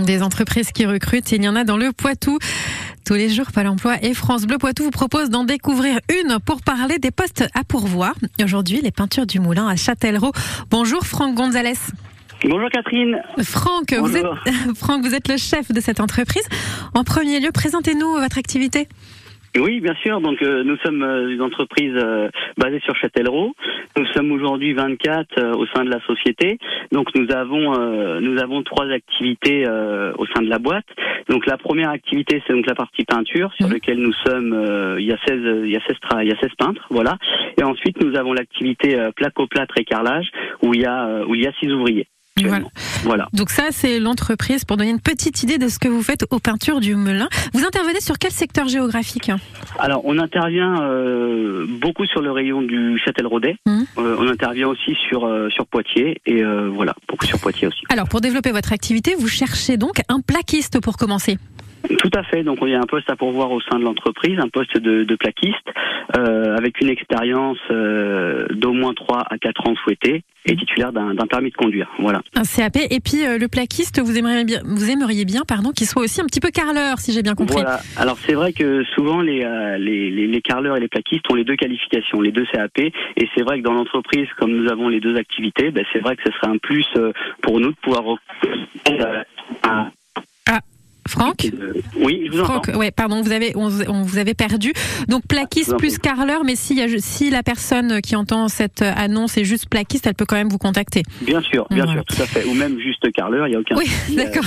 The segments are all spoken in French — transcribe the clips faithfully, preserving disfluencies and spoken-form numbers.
Des entreprises qui recrutent, il y en a dans le Poitou. Tous les jours, Pôle emploi et France Bleu Poitou vous proposent d'en découvrir une pour parler des postes à pourvoir. Aujourd'hui, les peintures du Moulin à Châtellerault. Bonjour Franck Gonzalez. Bonjour Catherine. Franck, Bonjour. Vous êtes, Franck, vous êtes le chef de cette entreprise. En premier lieu, présentez-nous votre activité. Oui, bien sûr. Donc euh, nous sommes euh, une entreprise euh, basée sur Châtellerault. Nous sommes aujourd'hui vingt-quatre euh, au sein de la société. Donc nous avons euh, nous avons trois activités euh, au sein de la boîte. Donc la première activité, c'est donc la partie peinture sur mmh. laquelle nous sommes. Euh, il y a seize il y a seize tra- il y a seize peintres, voilà. Et ensuite nous avons l'activité euh, placo-plâtre et carrelage où il y a euh, où il y a six ouvriers. Voilà. voilà. Donc ça, c'est l'entreprise pour donner une petite idée de ce que vous faites aux peintures du Moulin. Vous intervenez sur quel secteur géographique ? Alors, on intervient euh, beaucoup sur le rayon du Châtelleraudais. Mmh. Euh, on intervient aussi sur euh, sur Poitiers et euh, voilà, beaucoup sur Poitiers aussi. Alors, pour développer votre activité, vous cherchez donc un plaquiste pour commencer. Tout à fait. Donc, il y a un poste à pourvoir au sein de l'entreprise, un poste de, de plaquiste, euh, avec une expérience euh, d'au moins trois à quatre ans souhaitée et titulaire d'un, d'un permis de conduire. Voilà. Un C A P. Et puis, euh, le plaquiste, vous aimeriez bien, vous aimeriez bien, pardon, qu'il soit aussi un petit peu carreleur, si j'ai bien compris. Voilà. Alors, c'est vrai que souvent, les, euh, les, les, les carleurs et les plaquistes ont les deux qualifications, les deux C A P. Et c'est vrai que dans l'entreprise, comme nous avons les deux activités, ben, c'est vrai que ce serait un plus euh, pour nous de pouvoir recruter euh, un Franck ? Oui, je vous Franck, entends. Ouais, pardon, vous avez, on, on vous avez perdu. Donc plaquiste plus carreleur, mais si, si la personne qui entend cette annonce est juste plaquiste, elle peut quand même vous contacter. Bien sûr, bien voilà. sûr, tout à fait. Ou même juste carreleur, il n'y a aucun oui, souci. D'accord.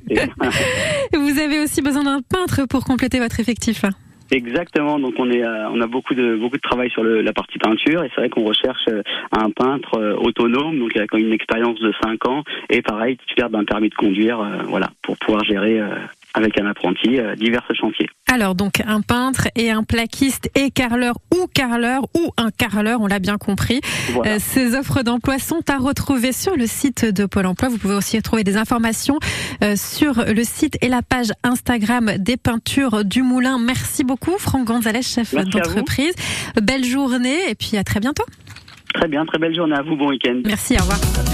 Euh, vous avez aussi besoin d'un peintre pour compléter votre effectif. Exactement, donc on est, euh, on a beaucoup de beaucoup de travail sur le, la partie peinture et c'est vrai qu'on recherche euh, un peintre euh, autonome, donc avec une expérience de cinq ans et pareil titulaire d'un permis de conduire, euh, voilà, pour pouvoir gérer euh, avec un apprenti euh, divers chantiers. Alors donc un peintre et un plaquiste et carreleur ou carreleur ou un carreleur, on l'a bien compris. Voilà. Euh, ces offres d'emploi sont à retrouver sur le site de Pôle emploi. Vous pouvez aussi retrouver des informations euh, sur le site et la page Instagram des peintures du Moulin. Merci beaucoup Franck Gonzalez, chef Merci d'entreprise. Belle journée et puis à très bientôt. Très bien, très belle journée à vous, bon week-end. Merci, au revoir.